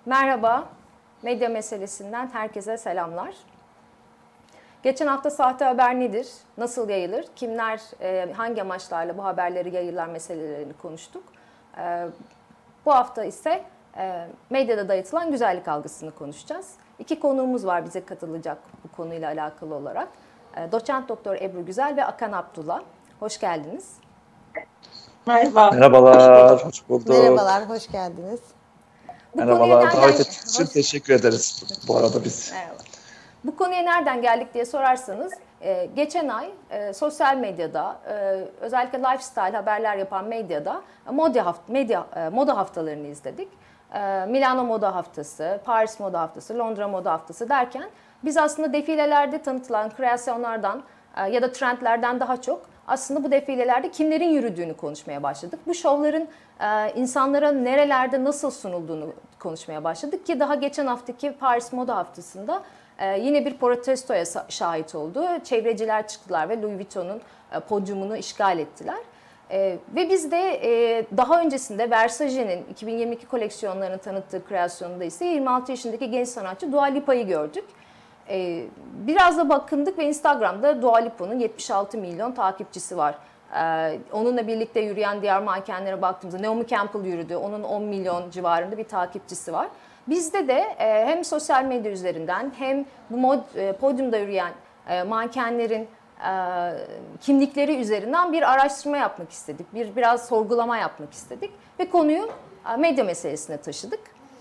Merhaba, medya meselesinden herkese selamlar. Geçen hafta sahte haber nedir, nasıl yayılır, kimler hangi amaçlarla bu haberleri yayırlar meselelerini konuştuk. Bu hafta ise medyada dayatılan güzellik algısını konuşacağız. İki konuğumuz var bize katılacak bu konuyla alakalı olarak. Doçent Doktor Ebru Güzel ve Akan Abdullah. Hoş geldiniz. Merhaba. Merhabalar, hoş bulduk. Merhabalar, hoş geldiniz. Merhabalar, davet ettiğiniz için teşekkür ederiz bu arada biz. Merhaba. Bu konuya nereden geldik diye sorarsanız, geçen ay sosyal medyada, özellikle lifestyle haberler yapan medyada moda haftalarını izledik. Milano Moda Haftası, Paris Moda Haftası, Londra Moda Haftası derken biz aslında defilelerde tanıtılan kreasyonlardan ya da trendlerden daha çok aslında bu defilelerde kimlerin yürüdüğünü konuşmaya başladık. Bu şovların insanlara nerelerde nasıl sunulduğunu konuşmaya başladık ki daha geçen haftaki Paris Moda Haftası'nda yine bir protestoya şahit oldu. Çevreciler çıktılar ve Louis Vuitton'un podyumunu işgal ettiler. Ve biz de daha öncesinde Versace'nin 2022 koleksiyonlarını tanıttığı kreasyonunda ise 26 yaşındaki genç sanatçı Dua Lipa'yı gördük. Biraz da bakındık ve Instagram'da Dua Lipa'nın 76 milyon takipçisi var. Onunla birlikte yürüyen diğer mankenlere baktığımızda Naomi Campbell yürüdü. Onun 10 milyon civarında bir takipçisi var. Bizde de hem sosyal medya üzerinden hem bu podyumda yürüyen mankenlerin kimlikleri üzerinden bir araştırma yapmak istedik. Biraz sorgulama yapmak istedik ve konuyu medya meselesine taşıdık.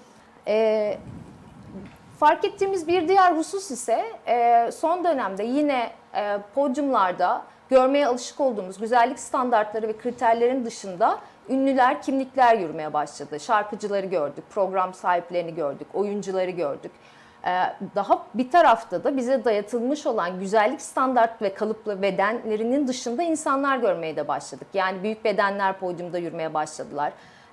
Fark ettiğimiz bir diğer husus ise son dönemde yine podyumlarda görmeye alışık olduğumuz güzellik standartları ve kriterlerin dışında ünlüler, kimlikler yürümeye başladı. Şarkıcıları gördük, program sahiplerini gördük, oyuncuları gördük. Daha bir tarafta da bize dayatılmış olan güzellik standart ve kalıplı bedenlerinin dışında insanlar görmeye de başladık. Yani büyük bedenler podyumda yürümeye başladılar.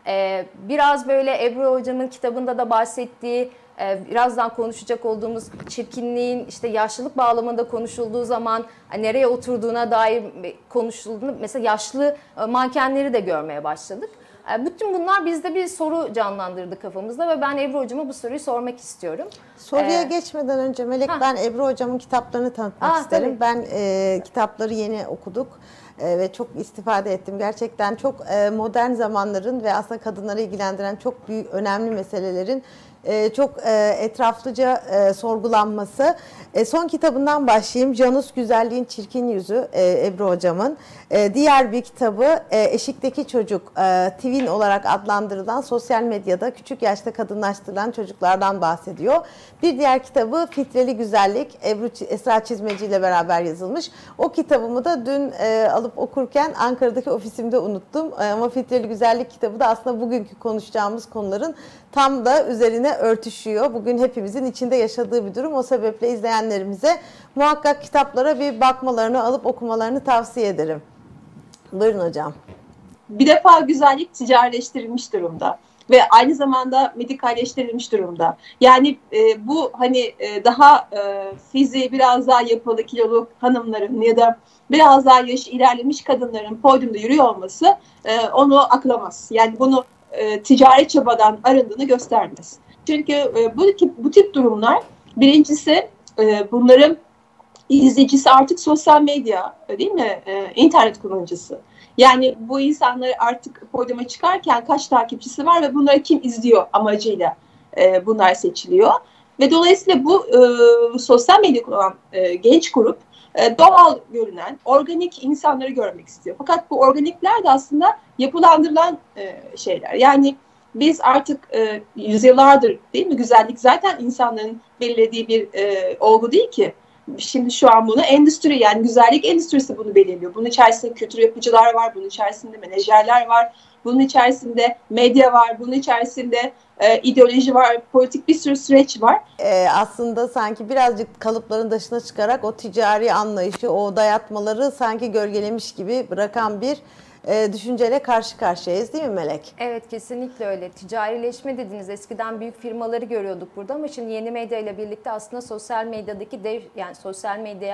Biraz böyle Ebru Hocam'ın kitabında da bahsettiği, birazdan konuşacak olduğumuz çirkinliğin işte yaşlılık bağlamında konuşulduğu zaman nereye oturduğuna dair konuşulduğunda mesela yaşlı mankenleri de görmeye başladık. Bütün bunlar bizde bir soru canlandırdı kafamızda ve ben Ebru Hocam'a bu soruyu sormak istiyorum. Soruya geçmeden önce Melek, ben Ebru Hocam'ın kitaplarını tanıtmak isterim. Tabii. Ben kitapları yeni okuduk ve çok istifade ettim. Gerçekten çok modern zamanların ve aslında kadınları ilgilendiren çok büyük, önemli meselelerin çok etraflıca sorgulanması. Son kitabından başlayayım. Janus Güzelliğin Çirkin Yüzü, Ebru Hocam'ın. Diğer bir kitabı Eşikteki Çocuk, Twin olarak adlandırılan sosyal medyada küçük yaşta kadınlaştırılan çocuklardan bahsediyor. Bir diğer kitabı Filtreli Güzellik, Esra Çizmeci ile beraber yazılmış. O kitabımı da dün alıp okurken Ankara'daki ofisimde unuttum. Ama Filtreli Güzellik kitabı da aslında bugünkü konuşacağımız konuların tam da üzerine örtüşüyor. Bugün hepimizin içinde yaşadığı bir durum. O sebeple izleyenlerimize muhakkak kitaplara bir bakmalarını, alıp okumalarını tavsiye ederim. Buyurun hocam. Bir defa güzellik ticarileştirilmiş durumda ve aynı zamanda medikalleştirilmiş durumda. Yani bu hani daha fiziği biraz daha yapılı kilolu hanımların ya da biraz daha yaşı ilerlemiş kadınların podyumda yürüyor olması onu aklamaz. Yani bunu ticari çabadan arındığını göstermez. Çünkü bu tip durumlar, birincisi bunların izleyicisi artık sosyal medya, değil mi? İnternet kullanıcısı. Yani bu insanlar artık podyuma çıkarken kaç takipçisi var ve bunları kim izliyor amacıyla bunlar seçiliyor. Ve dolayısıyla bu sosyal medya kullanan genç grup doğal görünen, organik insanları görmek istiyor. Fakat bu organikler de aslında yapılandırılan şeyler. Yani biz artık yüzyıllardır, değil mi? Güzellik zaten insanların belirlediği bir olgu değil ki. Şimdi şu an bunu endüstri, yani güzellik endüstrisi bunu belirliyor. Bunun içerisinde kültür yapıcılar var, bunun içerisinde menajerler var, bunun içerisinde medya var, bunun içerisinde ideoloji var, politik bir sürü süreç var. Aslında sanki birazcık kalıpların dışına çıkarak o ticari anlayışı, o dayatmaları sanki gölgelemiş gibi bırakan bir düşünceyle karşı karşıyayız, değil mi Melek? Evet, kesinlikle öyle. Ticarileşme dediniz. Eskiden büyük firmaları görüyorduk burada ama şimdi yeni medya ile birlikte aslında sosyal medyadaki yani sosyal medyaya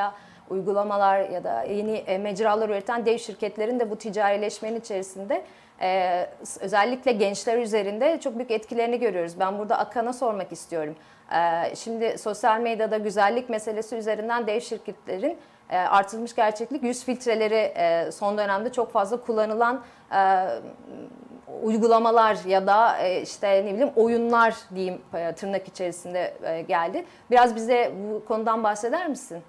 uygulamalar ya da yeni mecralar üreten dev şirketlerin de bu ticarileşmenin içerisinde özellikle gençler üzerinde çok büyük etkilerini görüyoruz. Ben burada Akhan'a sormak istiyorum. Şimdi sosyal medyada güzellik meselesi üzerinden dev şirketlerin artırılmış gerçeklik yüz filtreleri son dönemde çok fazla kullanılan uygulamalar ya da işte ne bileyim oyunlar diyeyim tırnak içerisinde geldi. Biraz bize bu konudan bahseder misin?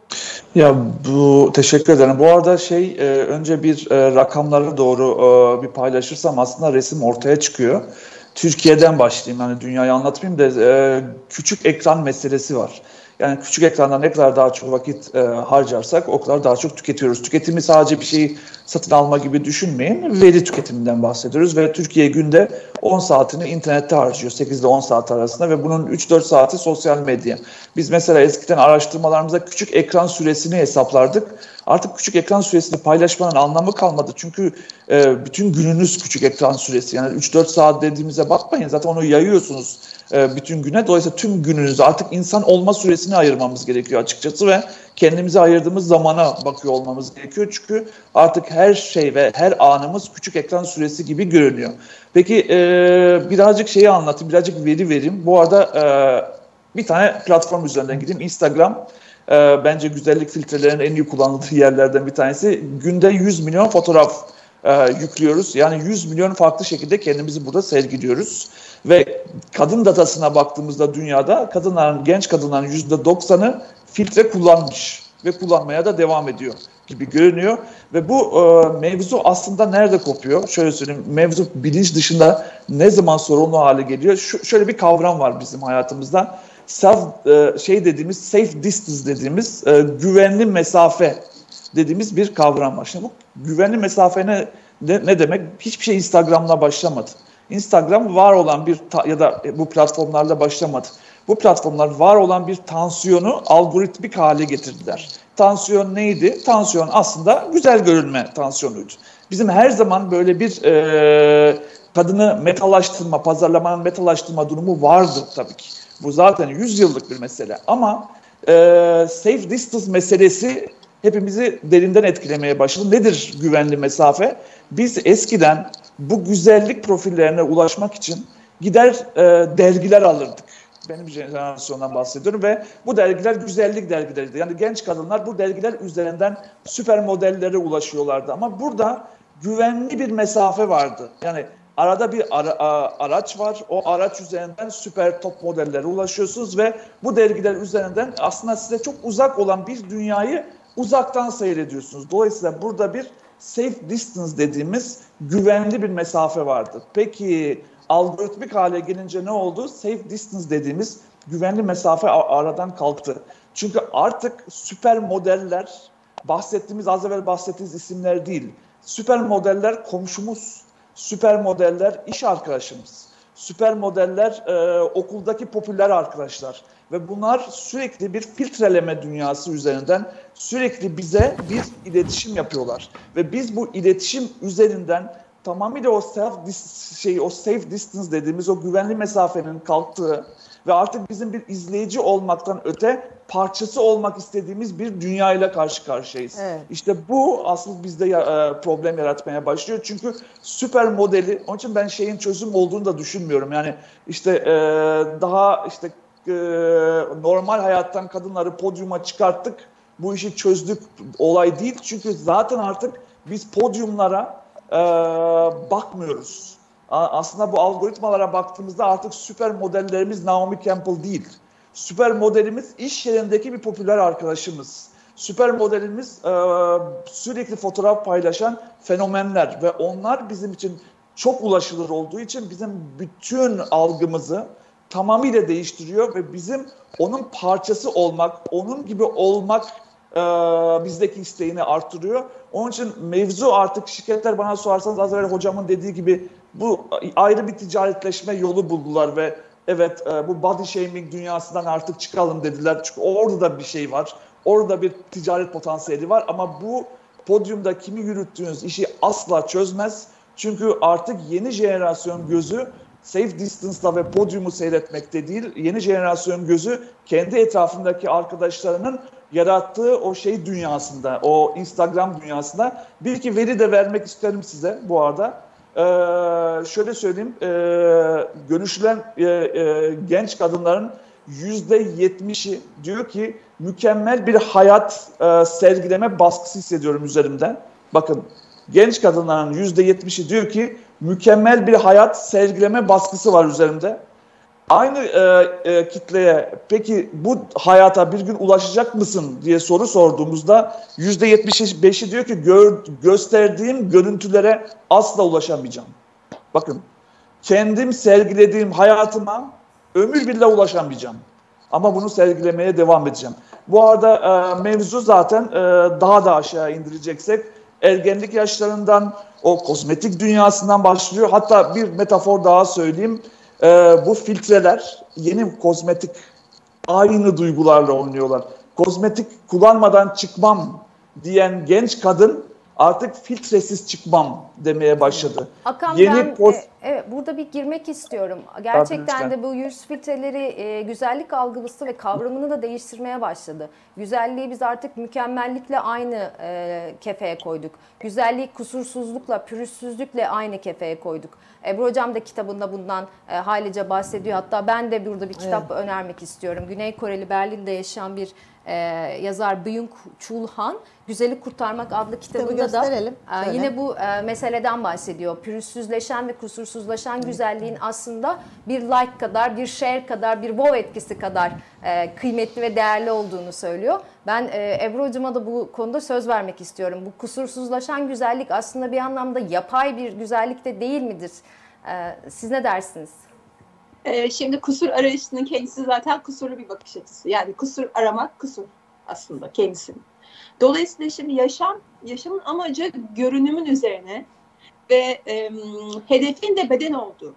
Ya teşekkür ederim. Bu arada önce bir rakamları doğru bir paylaşırsam aslında resim ortaya çıkıyor. Türkiye'den başlayayım. Yani dünyayı anlatmayayım da küçük ekran meselesi var. Yani küçük ekranda ne kadar daha çok vakit harcarsak o kadar daha çok tüketiyoruz. Tüketimi sadece bir şeyi satın alma gibi düşünmeyin. Veri tüketiminden bahsediyoruz ve Türkiye günde 10 saatini internette harcıyor. 8 ile 10 saat arasında ve bunun 3-4 saati sosyal medya. Biz mesela eskiden araştırmalarımızda küçük ekran süresini hesaplardık. Artık küçük ekran süresini paylaşmanın anlamı kalmadı. Çünkü bütün gününüz küçük ekran süresi. Yani 3-4 saat dediğimize bakmayın. Zaten onu yayıyorsunuz bütün güne. Dolayısıyla tüm gününüzü artık insan olma süresini ayırmamız gerekiyor açıkçası ve kendimize ayırdığımız zamana bakıyor olmamız gerekiyor. Çünkü artık her şey ve her anımız küçük ekran süresi gibi görünüyor. Peki birazcık şeyi anlatayım, birazcık veri vereyim. Bu arada bir tane platform üzerinden gideyim. Instagram bence güzellik filtrelerinin en iyi kullanıldığı yerlerden bir tanesi. Günde 100 milyon fotoğraf yüklüyoruz. Yani 100 milyon farklı şekilde kendimizi burada sergiliyoruz. Ve kadın datasına baktığımızda dünyada genç kadınların %90'ı filtre kullanmış ve kullanmaya da devam ediyor gibi görünüyor. Ve bu mevzu aslında nerede kopuyor? Şöyle söyleyeyim, mevzu bilinç dışında ne zaman sorunlu hale geliyor? Şöyle bir kavram var bizim hayatımızda. Dediğimiz safe distance dediğimiz güvenli mesafe dediğimiz bir kavram var. Şimdi bu güvenli mesafe ne demek? Hiçbir şey Instagram'la başlamadı. Instagram var olan ya da bu platformlarla başlamadı. Bu platformlar var olan bir tansiyonu algoritmik hale getirdiler. Tansiyon neydi? Tansiyon aslında güzel görünme tansiyonuydu. Bizim her zaman böyle bir kadını metalaştırma, pazarlamanın metalaştırma durumu vardı tabii ki. Bu zaten 100 yıllık bir mesele ama safe distance meselesi hepimizi derinden etkilemeye başladı. Nedir güvenli mesafe? Biz eskiden bu güzellik profillerine ulaşmak için gider dergiler alırdık. Benim jenerasyondan bahsediyorum ve bu dergiler güzellik dergileriydi. Yani genç kadınlar bu dergiler üzerinden süper modellere ulaşıyorlardı. Ama burada güvenli bir mesafe vardı. Yani arada bir araç var. O araç üzerinden süper top modellere ulaşıyorsunuz ve bu dergiler üzerinden aslında size çok uzak olan bir dünyayı uzaktan seyrediyorsunuz. Dolayısıyla burada bir safe distance dediğimiz güvenli bir mesafe vardı. Peki algoritmik hale gelince ne oldu? Safe distance dediğimiz güvenli mesafe aradan kalktı. Çünkü artık süper modeller, az evvel bahsettiğimiz isimler değil. Süper modeller komşumuz, süper modeller iş arkadaşımız, süper modeller okuldaki popüler arkadaşlar. Ve bunlar sürekli bir filtreleme dünyası üzerinden sürekli bize bir iletişim yapıyorlar. Ve biz bu iletişim üzerinden tamamıyla o safe distance dediğimiz o güvenli mesafenin kalktığı ve artık bizim bir izleyici olmaktan öte parçası olmak istediğimiz bir dünyayla karşı karşıyayız. Evet. İşte bu asıl bizde problem yaratmaya başlıyor. Çünkü süper modeli, onun için ben çözüm olduğunu da düşünmüyorum. Yani normal hayattan kadınları podyuma çıkarttık, bu işi çözdük olay değil. Çünkü zaten artık biz podyumlara bakmıyoruz. Aslında bu algoritmalara baktığımızda artık süper modellerimiz Naomi Campbell değil. Süper modelimiz iş yerindeki bir popüler arkadaşımız. Süper modelimiz sürekli fotoğraf paylaşan fenomenler ve onlar bizim için çok ulaşılır olduğu için bizim bütün algımızı tamamıyla değiştiriyor ve bizim onun parçası olmak, onun gibi olmak bizdeki isteğini arttırıyor. Onun için mevzu artık şirketler bana sorarsanız az evvel hocamın dediği gibi bu ayrı bir ticaretleşme yolu buldular ve evet bu body shaming dünyasından artık çıkalım dediler. Çünkü orada da bir şey var. Orada bir ticaret potansiyeli var ama bu podyumda kimi yürüttüğünüz işi asla çözmez. Çünkü artık yeni jenerasyon gözü safe distance'la ve podyumu seyretmekte değil, yeni jenerasyon gözü kendi etrafındaki arkadaşlarının yarattığı o şey dünyasında, o Instagram dünyasında bir iki veri de vermek isterim size bu arada. Şöyle söyleyeyim, görüşülen genç kadınların %70'i diyor ki mükemmel bir hayat sergileme baskısı hissediyorum üzerimde. Bakın, genç kadınların %70'i diyor ki mükemmel bir hayat sergileme baskısı var üzerimde. Aynı kitleye peki bu hayata bir gün ulaşacak mısın diye soru sorduğumuzda %75'i diyor ki gösterdiğim görüntülere asla ulaşamayacağım. Bakın, kendim sergilediğim hayatıma ömür billah ulaşamayacağım. Ama bunu sergilemeye devam edeceğim. Bu arada mevzu zaten daha da aşağı indireceksek ergenlik yaşlarından, o kozmetik dünyasından başlıyor. Hatta bir metafor daha söyleyeyim. Bu filtreler, yeni kozmetik, aynı duygularla oynuyorlar. Kozmetik kullanmadan çıkmam diyen genç kadın artık filtresiz çıkmam demeye başladı. Hakan, Yeni evet, burada bir girmek istiyorum. Gerçekten Tabii, de bu yüz filtreleri güzellik algısı ve kavramını da değiştirmeye başladı. Güzelliği biz artık mükemmellikle aynı kefeye koyduk. Güzelliği kusursuzlukla, pürüzsüzlükle aynı kefeye koyduk. Ebru Hocam da kitabında bundan hallice bahsediyor. Hatta ben de burada bir kitap önermek istiyorum. Güney Koreli Berlin'de yaşayan bir yazar Byung-Chul Han, Güzeli Kurtarmak adlı kitabında da yine bu meseleden bahsediyor. Pürüzsüzleşen ve kusursuzlaşan güzelliğin aslında bir like kadar, bir share kadar, bir wow etkisi kadar kıymetli ve değerli olduğunu söylüyor. Ben Ebru Hocam'a da bu konuda söz vermek istiyorum. Bu kusursuzlaşan güzellik aslında bir anlamda yapay bir güzellik de değil midir? Siz ne dersiniz? Şimdi kusur arayışının kendisi zaten kusurlu bir bakış açısı. Yani kusur aramak kusur aslında kendisinin. Dolayısıyla şimdi yaşamın amacı görünümün üzerine ve hedefin de beden olduğu.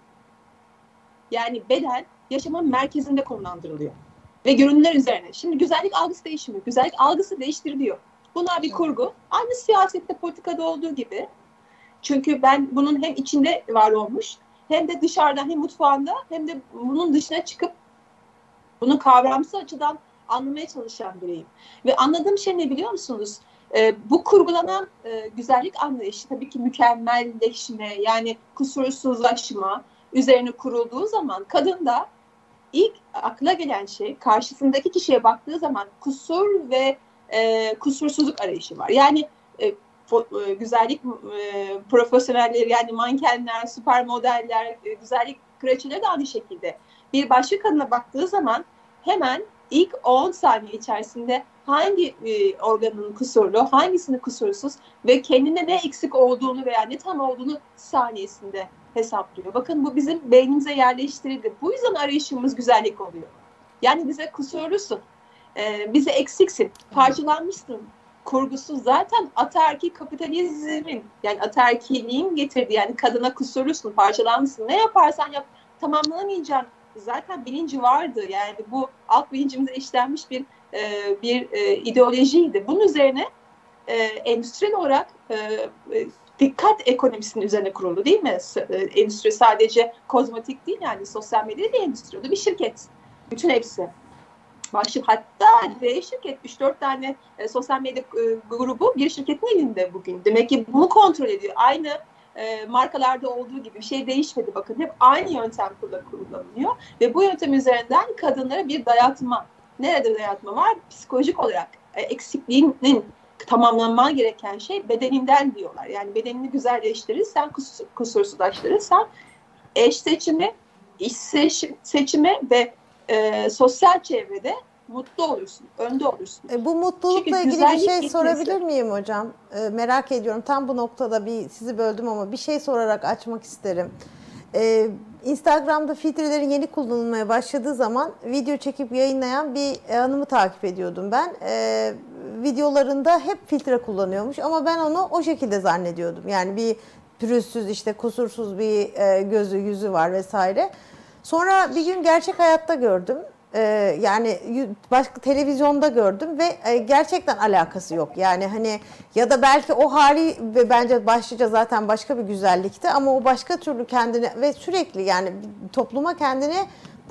Yani beden yaşamın merkezinde konumlandırılıyor. Ve görünümler üzerine. Şimdi güzellik algısı değişmiyor. Güzellik algısı değiştiriliyor. Bunlar bir kurgu. Aynı siyasette, politikada olduğu gibi. Çünkü ben bunun hem içinde var olmuş, hem de dışarıda, hem mutfağında, hem de bunun dışına çıkıp bunu kavramsal açıdan anlamaya çalışan biriyim. Ve anladığım şey ne biliyor musunuz? Bu kurgulanan güzellik anlayışı tabii ki mükemmelleşme, yani kusursuzlaşma üzerine kurulduğu zaman kadında ilk akla gelen şey, karşısındaki kişiye baktığı zaman kusur ve kusursuzluk arayışı var. Yani güzellik profesyonelleri, yani mankenler, süper modeller, güzellik kraliçeleri de aynı şekilde. Bir başka kadına baktığı zaman hemen ilk 10 saniye içerisinde hangi organının kusurlu, hangisinin kusursuz ve kendine ne eksik olduğunu veya ne tam olduğunu saniyesinde hesaplıyor. Bakın, bu bizim beynimize yerleştirildi. Bu yüzden arayışımız güzellik oluyor. Yani bize kusurlusun, bize eksiksin, parçalanmışsın kurgusu zaten ataerkil kapitalizmin, yani ataerkilliğin getirdiği, yani kadına kusurlusun, parçalanmışsın, ne yaparsan yap tamamlanamayacağın zaten bilinci vardı. Yani bu alt bilincimize işlenmiş bir ideolojiydi. Bunun üzerine endüstriyel olarak dikkat ekonomisinin üzerine kuruldu, değil mi? Endüstri sadece kozmetik değil, yani sosyal medya değil, endüstri. O da bir şirket. Bütün hepsi. Başlık, hatta dev şirket, 3-4 tane sosyal medya grubu bir şirketin elinde bugün. Demek ki bunu kontrol ediyor. Aynı markalarda olduğu gibi bir şey değişmedi. Bakın, hep aynı yöntem kullanılıyor. Ve bu yöntem üzerinden kadınlara bir dayatma. Nerede dayatma var? Psikolojik olarak eksikliğinin tamamlanman gereken şey bedeninden diyorlar. Yani bedenini güzelleştirirsen, kusursuzlaştırırsan eş seçimi, iş seçimi ve sosyal çevrede mutlu olursun, önde olursun. Bu mutlulukla Çünkü ilgili bir şey gitmesi. sorabilir miyim hocam? Merak ediyorum. Tam bu noktada sizi böldüm ama bir şey sorarak açmak isterim. Instagram'da filtrelerin yeni kullanılmaya başladığı zaman video çekip yayınlayan bir hanımı takip ediyordum ben. Videolarında hep filtre kullanıyormuş ama ben onu o şekilde zannediyordum. Yani bir pürüzsüz, işte kusursuz bir gözü, yüzü var vesaire. Sonra bir gün gerçek hayatta gördüm. Yani başka televizyonda gördüm ve gerçekten alakası yok. Yani hani, ya da belki o hali ve bence başlıca zaten başka bir güzellikti ama o başka türlü kendine ve sürekli, yani topluma kendini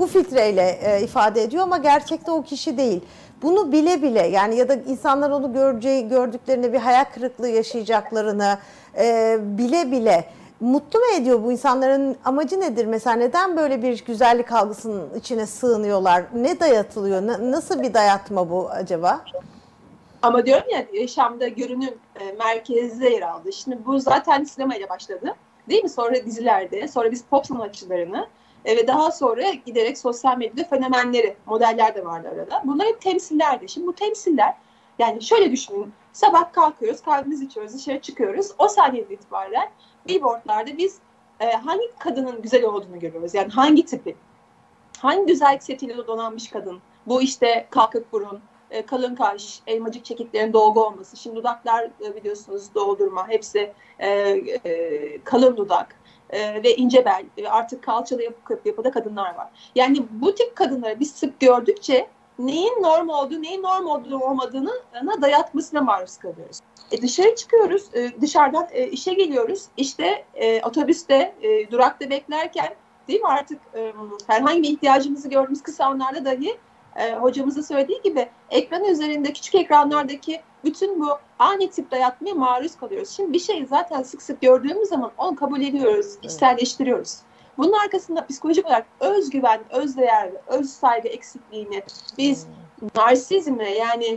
bu filtreyle ifade ediyor ama gerçekte o kişi değil. Bunu bile bile yani ya da insanlar onu gördüklerinde bir hayal kırıklığı yaşayacaklarını bile bile mutlu mu ediyor bu insanların amacı nedir? Mesela neden böyle bir güzellik algısının içine sığınıyorlar? Ne dayatılıyor? Nasıl bir dayatma bu acaba? Ama diyorum ya yaşamda görünüm merkezde yer aldı. Şimdi bu zaten sinemayla başladı. Değil mi? Sonra dizilerde, sonra biz pop sanatçılarını ve daha sonra giderek sosyal medyada fenomenleri, modeller de vardı arada. Bunlar hep temsillerdi. Şimdi bu temsiller yani şöyle düşünün. Sabah kalkıyoruz, kahvemizi içiyoruz, dışarı çıkıyoruz. O saniyeden itibaren billboardlarda biz hangi kadının güzel olduğunu görüyoruz. Yani hangi tipi, hangi güzellik setiyle donanmış kadın. Bu işte kalkık burun, kalın kaş, elmacık çekiklerin dolgu olması. Şimdi dudaklar biliyorsunuz doldurma. Hepsi kalın dudak ve ince bel. Artık kalçalı yapıda kadınlar var. Yani bu tip kadınları biz sık gördükçe neyin norm olduğu, neyin norm olmadığını dayatmasına maruz kalıyoruz. Dışarı çıkıyoruz, dışarıdan işe geliyoruz. İşte otobüste, durakta beklerken değil mi artık herhangi bir ihtiyacımızı gördüğümüz kısa anlarda dahi hocamızın söylediği gibi ekran üzerinde küçük ekranlardaki bütün bu ani tip dayatmaya maruz kalıyoruz. Şimdi bir şeyi zaten sık sık gördüğümüz zaman onu kabul ediyoruz, içselleştiriyoruz. Bunun arkasında psikolojik olarak özgüven, özdeğer, öz saygı eksikliğini biz narsizmle yani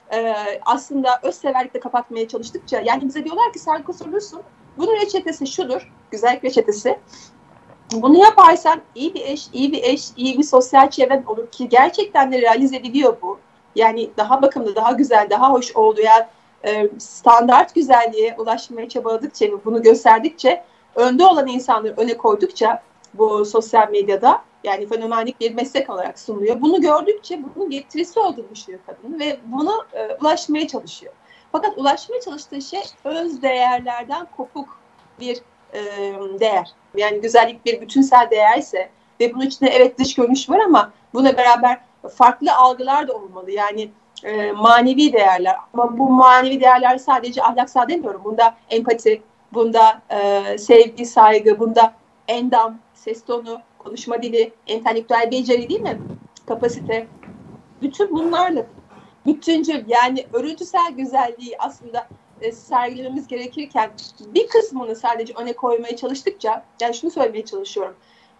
aslında özseverlikle kapatmaya çalıştıkça yani bize diyorlar ki sen kusurlusun. Bunun reçetesi şudur, güzellik reçetesi. Bunu yaparsan iyi bir eş, iyi bir sosyal çevren olur ki gerçekten de realize ediliyor bu. Yani daha bakımlı, daha güzel, daha hoş olduğu yani standart güzelliğe ulaşmaya çabaladıkça, bunu gösterdikçe, önde olan insanları öne koydukça bu sosyal medyada yani fenomenlik bir meslek olarak sunuluyor. Bunu gördükçe bunun getirisi olduğunu düşünüyor kadın ve bunu ulaşmaya çalışıyor. Fakat ulaşmaya çalıştığı şey öz değerlerden kopuk bir değer. Yani güzellik bir bütünsel değerse ve bunun içinde evet dış görünüş var ama buna beraber farklı algılar da olmalı. Yani manevi değerler. Ama bu manevi değerler sadece ahlaksal demiyorum. Bunda empati, bunda sevgi, saygı, bunda endam, ses tonu, konuşma dili, entelektüel beceri değil mi? Kapasite. Bütün bunlarla bütüncül yani örüntüsel güzelliği aslında sergilememiz gerekirken bir kısmını sadece öne koymaya çalıştıkça yani şunu söylemeye çalışıyorum.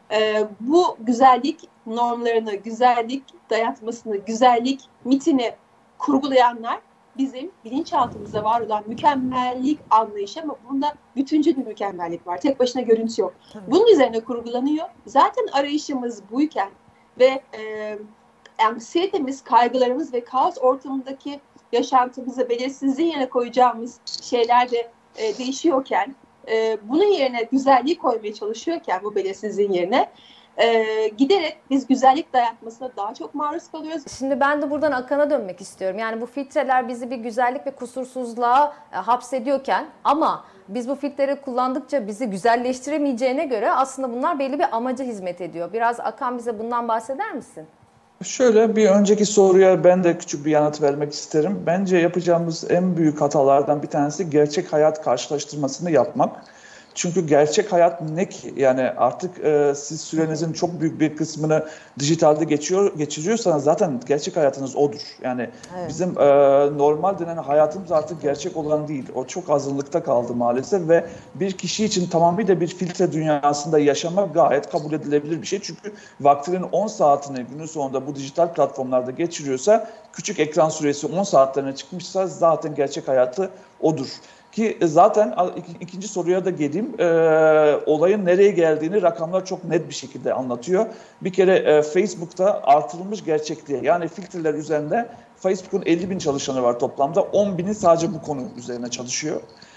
Bu güzellik normlarını, güzellik dayatmasını, güzellik mitini kurgulayanlar bizim bilinçaltımızda var olan mükemmellik anlayışı ama bunda bütüncül bir mükemmellik var. Tek başına görüntü yok. Tabii. Bunun üzerine kurgulanıyor. Zaten arayışımız buyken ve anksiyetemiz, kaygılarımız ve kaos ortamındaki yaşantımızı belirsizliğin yerine koyacağımız şeyler de değişiyorken bunun yerine güzelliği koymaya çalışıyorken bu belirsizliğin yerine giderek biz güzellik dayatmasına daha çok maruz kalıyoruz. Şimdi ben de buradan Akan'a dönmek istiyorum. Yani bu filtreler bizi bir güzellik ve kusursuzluğa hapsediyorken ama biz bu filtreleri kullandıkça bizi güzelleştiremeyeceğine göre aslında bunlar belli bir amaca hizmet ediyor. Biraz Akan bize bundan bahseder misin? Şöyle bir önceki soruya ben de küçük bir yanıt vermek isterim. Bence yapacağımız en büyük hatalardan bir tanesi gerçek hayat karşılaştırmasını yapmak. Çünkü gerçek hayat ne ki? Yani artık siz sürenizin çok büyük bir kısmını dijitalde geçiriyorsanız zaten gerçek hayatınız odur. Yani evet. Bizim normal denen hayatımız artık gerçek olan değil. O çok azınlıkta kaldı maalesef ve bir kişi için tamamıyla bir filtre dünyasında yaşamak gayet kabul edilebilir bir şey. Çünkü vaktinin 10 saatini günün sonunda bu dijital platformlarda geçiriyorsa, küçük ekran süresi 10 saatlerine çıkmışsa zaten gerçek hayatı odur. Ki zaten ikinci soruya da geleyim. Olayın nereye geldiğini rakamlar çok net bir şekilde anlatıyor. Bir kere Facebook'ta artırılmış gerçekliğe yani filtreler üzerinde Facebook'un 50.000 çalışanı var toplamda. 10.000'i sadece bu konu üzerine çalışıyor.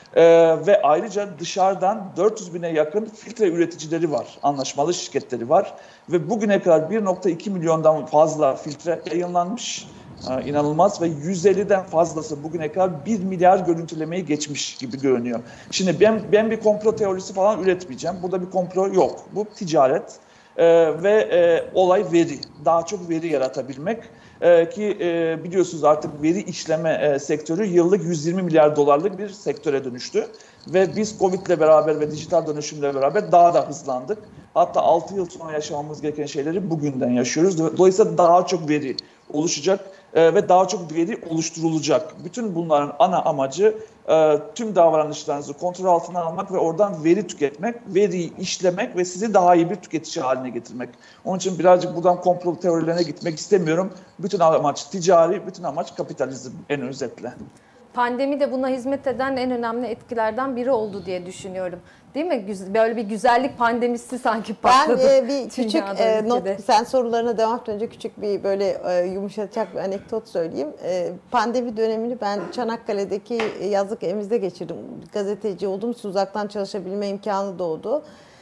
Ve ayrıca dışarıdan 400.000'e yakın filtre üreticileri var. Anlaşmalı şirketleri var. Ve bugüne kadar 1.2 milyondan fazla filtre yayınlanmış. İnanılmaz ve 150'den fazlası bugüne kadar 1 milyar görüntülemeyi geçmiş gibi görünüyor. Şimdi ben bir komplo teorisi falan üretmeyeceğim. Burada bir komplo yok. Bu ticaret ve olay veri. Daha çok veri yaratabilmek. Ki biliyorsunuz artık veri işleme sektörü yıllık 120 milyar dolarlık bir sektöre dönüştü. Ve biz Covid'le beraber ve dijital dönüşümle beraber daha da hızlandık. Hatta 6 yıl sonra yaşamamız gereken şeyleri bugünden yaşıyoruz. Dolayısıyla daha çok veri oluşacak ve daha çok veri oluşturulacak. Bütün bunların ana amacı tüm davranışlarınızı kontrol altına almak ve oradan veri tüketmek, veriyi işlemek ve sizi daha iyi bir tüketici haline getirmek. Onun için birazcık buradan komplo teorilerine gitmek istemiyorum. Bütün amaç ticari, bütün amaç kapitalizm en özetle. Pandemi de buna hizmet eden en önemli etkilerden biri oldu diye düşünüyorum. Değil mi? Böyle bir güzellik pandemisi sanki patladı. Ben bir küçük not, sen sorularına devam etmeden önce küçük bir böyle yumuşatacak bir anekdot söyleyeyim. Pandemi dönemini ben Çanakkale'deki yazlık evimizde geçirdim. Gazeteci olduğum için uzaktan çalışabilme imkanı doğdu.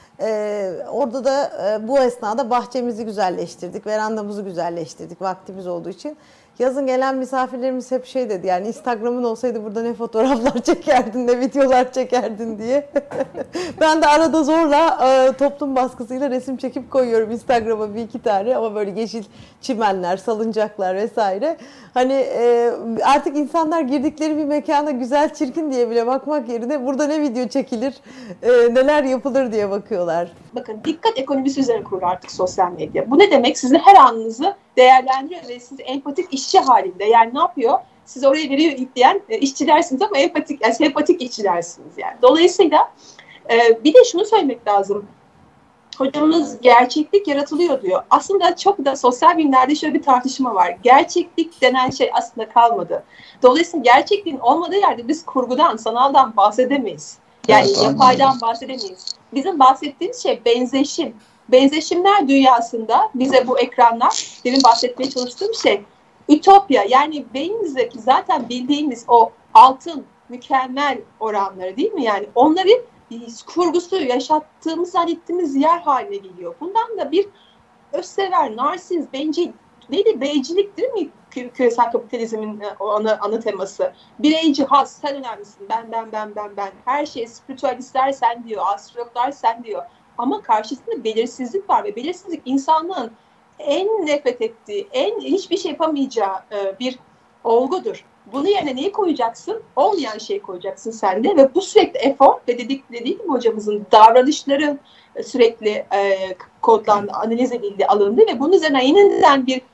Orada da bu esnada bahçemizi güzelleştirdik, verandamızı güzelleştirdik vaktimiz olduğu için. Yazın gelen misafirlerimiz hep şey dedi, yani Instagram'ın olsaydı burada ne fotoğraflar çekerdin, ne videolar çekerdin diye. Ben de arada zorla toplum baskısıyla resim çekip koyuyorum Instagram'a bir iki tane, ama böyle yeşil çimenler, salıncaklar vesaire. Hani artık insanlar girdikleri bir mekana güzel çirkin diye bile bakmak yerine burada ne video çekilir, neler yapılır diye bakıyorlar. Bakın, dikkat ekonomisi üzerine kurulu artık sosyal medya. Bu ne demek? Sizin her anınızı değerlendiriyor ve siz empatik işçi halinde. Yani ne yapıyor? Siz oraya veriyor yükleyen işçilersiniz ama sempatik işçilersiniz yani. Dolayısıyla bir de şunu söylemek lazım. Hocamız gerçeklik yaratılıyor diyor. Aslında çok da sosyal bilimlerde şöyle bir tartışma var. Gerçeklik denen şey aslında kalmadı. Dolayısıyla gerçekliğin olmadığı yerde biz kurgudan, sanaldan bahsedemeyiz. Yani evet, yapaydan bahsedemeyiz. Bizim bahsettiğimiz şey benzeşim. Benzeşimler dünyasında bize bu ekranlar, benim bahsetmeye çalıştığım şey ütopya. Yani beynimizdeki zaten bildiğimiz o altın, mükemmel oranları değil mi? Yani onların kurgusu yaşattığımız, zannettiğimiz yer haline geliyor. Bundan da bir özsever, narsiz, bencil, neydi? Beycilik değil mi? Küresel kapitalizmin ana teması. Bireyci, has, sen önemlisin, ben. Her şey spiritüalistler sen diyor, astrologlar sen diyor. Ama karşısında belirsizlik var ve belirsizlik insanlığın en nefret ettiği, hiçbir şey yapamayacağı bir olgudur. Bunun yerine neyi koyacaksın? Olmayan şeyi koyacaksın sen de ve bu sürekli efor ve dediği gibi hocamızın davranışları sürekli kodlandı, analiz edildi, alındı ve bunun üzerine yeniden bir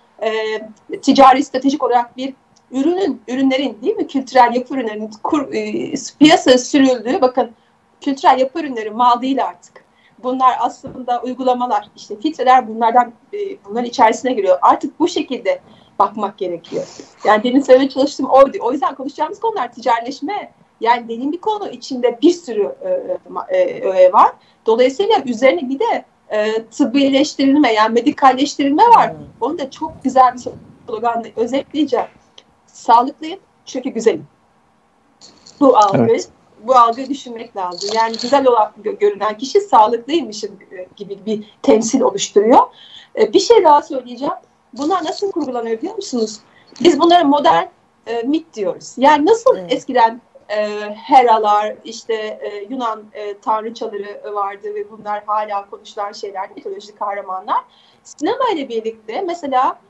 ticari stratejik olarak bir ürünlerin değil mi? Kültürel yapı ürünlerinin piyasaya sürüldüğü, bakın kültürel yapı ürünleri mal değil artık. Bunlar aslında uygulamalar, işte filtreler bunların içerisine giriyor. Artık bu şekilde bakmak gerekiyor. Yani demin söylemeye çalıştığım oydu. O yüzden konuşacağımız konular ticarileşme. Yani derin bir konu, içinde bir sürü öğe var. Dolayısıyla üzerine bir de tıbbileştirilme, yani medikalleştirilme var. Onu da çok güzel bir sloganla özetleyeceğim. Sağlıklıyım çünkü güzelim. Bu algı. Evet. Bu algıyı düşünmek lazım. Yani güzel olarak görünen kişi sağlıklıymışım gibi bir temsil oluşturuyor. Bir şey daha söyleyeceğim. Bunlar nasıl kurgulanıyor biliyor musunuz? Biz bunlara modern mit diyoruz. Yani nasıl eskiden Heralar, işte Yunan tanrıçaları vardı ve bunlar hala konuşulan şeyler, mitolojik kahramanlar. Sinema ile birlikte mesela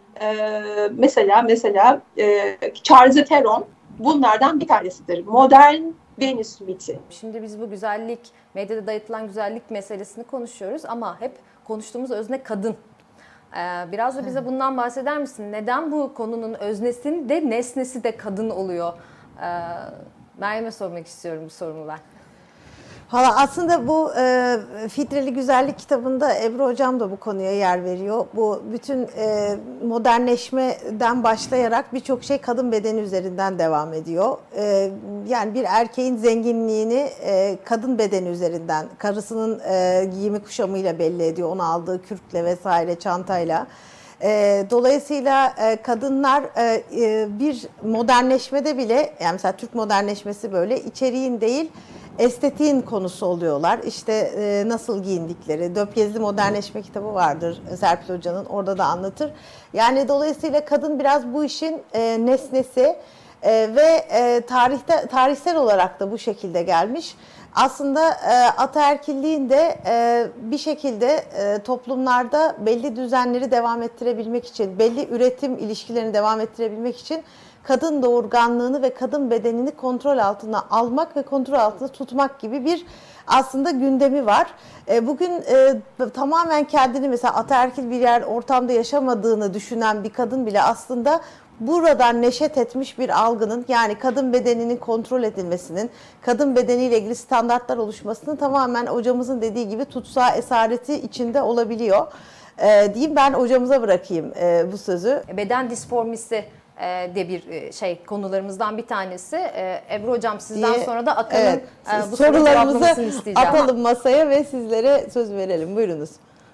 Charles Theron bunlardan bir tanesidir. Modern Venüs miti. Şimdi biz bu güzellik, medyada dayatılan güzellik meselesini konuşuyoruz ama hep konuştuğumuz özne kadın. Biraz da bize bundan bahseder misin? Neden bu konunun öznesinin de nesnesi de kadın oluyor? Meryem'e sormak istiyorum bu sorumu ben. Valla aslında bu Filtreli Güzellik kitabında Ebru Hocam da bu konuya yer veriyor. Bu bütün modernleşmeden başlayarak birçok şey kadın bedeni üzerinden devam ediyor. Yani bir erkeğin zenginliğini kadın bedeni üzerinden, karısının giyimi kuşamıyla belli ediyor. Onu aldığı kürkle vesaire, çantayla. Dolayısıyla kadınlar bir modernleşmede bile, yani mesela Türk modernleşmesi böyle, içeriğin değil estetiğin konusu oluyorlar. İşte nasıl giyindikleri, Döpyezli Modernleşme kitabı vardır Serpil Hoca'nın, orada da anlatır. Yani dolayısıyla kadın biraz bu işin nesnesi ve tarihsel olarak da bu şekilde gelmiş. aslında ataerkilliğin de bir şekilde toplumlarda belli düzenleri devam ettirebilmek için, belli üretim ilişkilerini devam ettirebilmek için kadın doğurganlığını ve kadın bedenini kontrol altına almak ve kontrol altında tutmak gibi bir aslında gündemi var. Bugün tamamen kendini mesela ataerkil bir yer ortamda yaşamadığını düşünen bir kadın bile aslında buradan neşet etmiş bir algının, yani kadın bedeninin kontrol edilmesinin, kadın bedeniyle ilgili standartlar oluşmasının tamamen hocamızın dediği gibi tutsağı esareti içinde olabiliyor. Diyeyim, ben hocamıza bırakayım bu sözü. Beden disformisi de bir konularımızdan bir tanesi. Ebru Hocam, sizden sonra da Akan'ın bu sorularımızı isteyeceğim. atalım masaya ve sizlere söz verelim. Buyurunuz.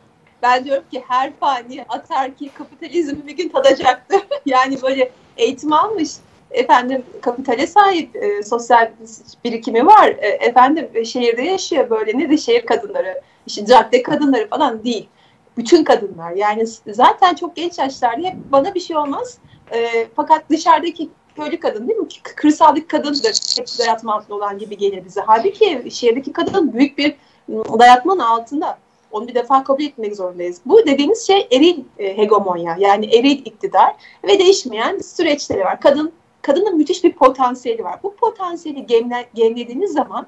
Ben diyorum ki her fani ataerkil kapitalizmi bir gün tadacaktır. Yani böyle eğitim almış, efendim kapitale sahip, sosyal birikimi var, efendim şehirde yaşıyor, böyle ne de şehir kadınları, işte cadde kadınları falan değil. Bütün kadınlar, yani zaten çok genç yaşlarda hep bana bir şey olmaz. Fakat dışarıdaki köylü kadın, değil mi? Kırsaldaki kadındır hep dayatma altında olan gibi gelir bize. Halbuki şehirdeki kadın büyük bir dayatmanın altında. Onu bir defa kabul etmek zorundayız. Bu dediğimiz şey eril hegemonya, yani eril iktidar ve değişmeyen süreçleri var. Kadının müthiş bir potansiyeli var. Bu potansiyeli gemlediğiniz zaman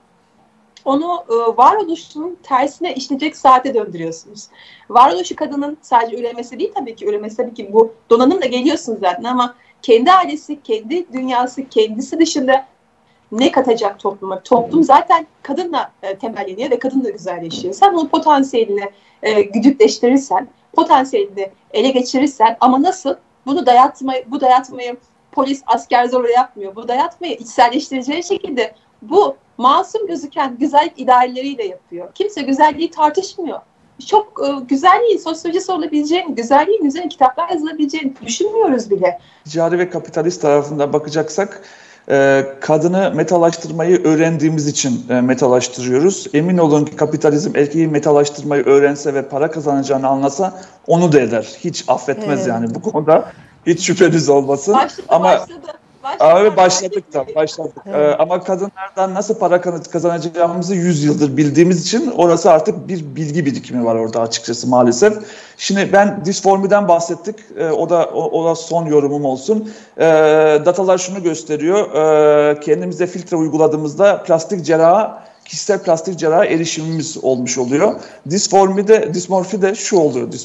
onu varoluşunun tersine işleyecek saate döndürüyorsunuz. Varoluşu kadının sadece üremesi değil tabii ki. Üremesi tabii ki, bu donanımla geliyorsunuz zaten, ama kendi ailesi, kendi dünyası, kendisi dışında ne katacak topluma? Toplum zaten kadınla temelleniyor ve kadınla güzelleşiyor. Sen onun potansiyelini güdükleştirirsen, potansiyelini ele geçirirsen, ama nasıl? Bu dayatmayı polis, asker zorla yapmıyor. Bu dayatmayı içselleştireceği şekilde bu masum gözüken güzellik idealleriyle yapıyor. Kimse güzelliği tartışmıyor. Çok güzelliğin sosyolojisi olabileceğini, güzelliğin üzerine kitaplar yazılabileceğini düşünmüyoruz bile. Ticari ve kapitalist tarafında bakacaksak, kadını metalaştırmayı öğrendiğimiz için metalaştırıyoruz. Emin olun ki kapitalizm erkeği metalaştırmayı öğrense ve para kazanacağını anlasa onu da eder. Hiç affetmez, evet. Yani bu konuda hiç şüpheniz olmasın. Başladık. Evet. Ama kadınlardan nasıl para kazanacağımızı 100 yıldır bildiğimiz için orası artık bir bilgi birikimi var orada açıkçası maalesef. Şimdi ben disformiden bahsettik. O da son yorumum olsun. Datalar şunu gösteriyor. Kendimize filtre uyguladığımızda kişisel plastik cerraha erişimimiz olmuş oluyor. Dismorfi de şu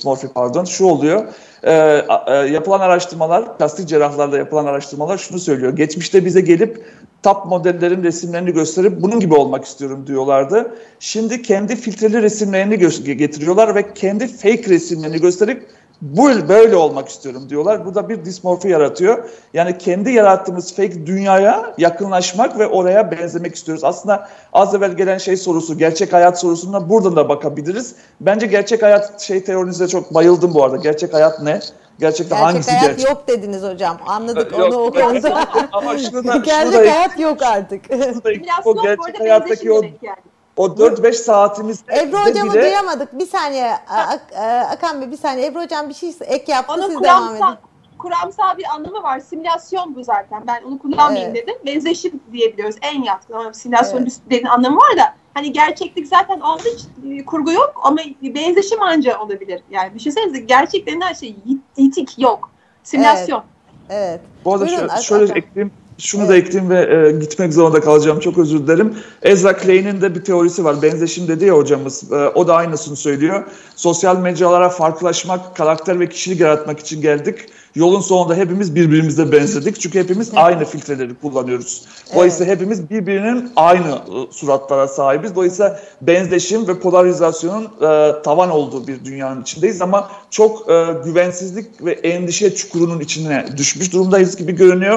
oluyor. Yapılan araştırmalar, plastik cerrahlarla yapılan araştırmalar şunu söylüyor. Geçmişte bize gelip top modellerin resimlerini gösterip bunun gibi olmak istiyorum diyorlardı. Şimdi kendi filtreli resimlerini getiriyorlar ve kendi fake resimlerini gösterip böyle olmak istiyorum diyorlar. Bu da bir dismorfi yaratıyor. Yani kendi yarattığımız fake dünyaya yakınlaşmak ve oraya benzemek istiyoruz. Aslında az evvel gelen sorusu, gerçek hayat sorusuna buradan da bakabiliriz. Bence gerçek hayat teorinize çok bayıldım bu arada. Gerçek hayat ne? Gerçekten hangisi gerçek? Gerçek Yok dediniz hocam. Anladık onu o konuda. Ama gerçek hayat yok artık. O gerçek hayattaki o 4-5 saatimiz Ebru hocamı duyamadık. Bir saniye Akan Bey, bir saniye. Ebru hocam bir şey ek yaptı. Onun siz devam edin. Kuramsal bir anlamı var. Simülasyon bu zaten. Ben onu kullanmayayım dedim. Benzeşim diyebiliyoruz. En yatkın. Ama simülasyon bir anlamı var da, hani gerçeklik zaten onda kurgu yok ama benzeşim anca olabilir. Yani düşünsenize, gerçek denen her şey yitik yok. Simülasyon. Evet. Bu arada şöyle ekleyeyim. Şunu da ekleyeyim ve gitmek zorunda kalacağım. Çok özür dilerim. Ezra Klein'in de bir teorisi var. Benzeşim dedi ya hocamız. O da aynısını söylüyor. Sosyal mecralara farklılaşmak, karakter ve kişilik yaratmak için geldik. Yolun sonunda hepimiz birbirimize benzedik. Çünkü hepimiz aynı filtreleri kullanıyoruz. Dolayısıyla hepimiz birbirinin aynı suratlara sahibiz. Dolayısıyla benzeşim ve polarizasyonun tavan olduğu bir dünyanın içindeyiz. Ama çok güvensizlik ve endişe çukurunun içine düşmüş durumdayız gibi görünüyor.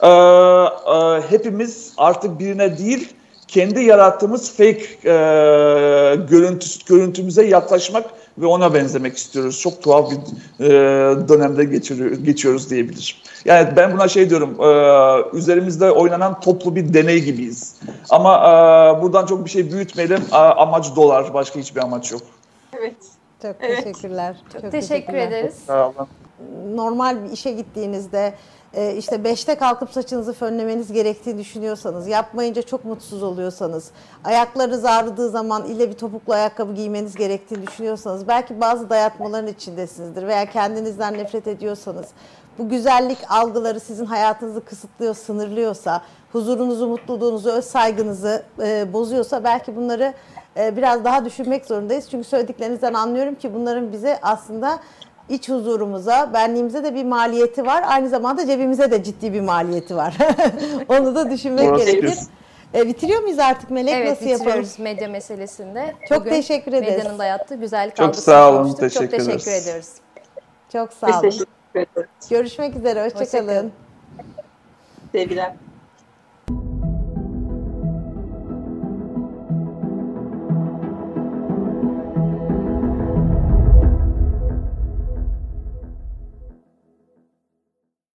Hepimiz artık birine değil, kendi yarattığımız fake görüntümüze yaklaşmak ve ona benzemek istiyoruz. Çok tuhaf bir dönemde geçiyoruz diyebilirim. Yani ben buna diyorum, üzerimizde oynanan toplu bir deney gibiyiz. Ama buradan çok bir şey büyütmeyelim. Amaç dolar, başka hiçbir amaç yok. Evet. Çok teşekkürler. Çok teşekkür ederiz. Sağ olun. normal bir işe gittiğinizde işte 5'te kalkıp saçınızı fönlemeniz gerektiğini düşünüyorsanız, yapmayınca çok mutsuz oluyorsanız, ayaklarınız ağrıdığı zaman ille bir topuklu ayakkabı giymeniz gerektiğini düşünüyorsanız, belki bazı dayatmaların içindesinizdir veya kendinizden nefret ediyorsanız, bu güzellik algıları sizin hayatınızı kısıtlıyor, sınırlıyorsa, huzurunuzu, mutluluğunuzu, öz saygınızı bozuyorsa belki bunları biraz daha düşünmek zorundayız. Çünkü söylediklerinizden anlıyorum ki bunların bize aslında iç huzurumuza, benliğimize de bir maliyeti var. Aynı zamanda cebimize de ciddi bir maliyeti var. Onu da düşünmek Orası gerekir. diyorsun. Bitiriyor muyuz artık Melek? Evet, Nasıl yapalım? bitiriyoruz medya meselesinde. Çok Bugün teşekkür ederiz. medyanın dayattığı güzellik Çok algısını sağ olun, konuştuk. Çok teşekkür teşekkür ederiz. ediyoruz. Çok Biz sağ olun. teşekkür ederiz. Görüşmek üzere. Hoşça Hoşça kalın. kalın. Sevgiler.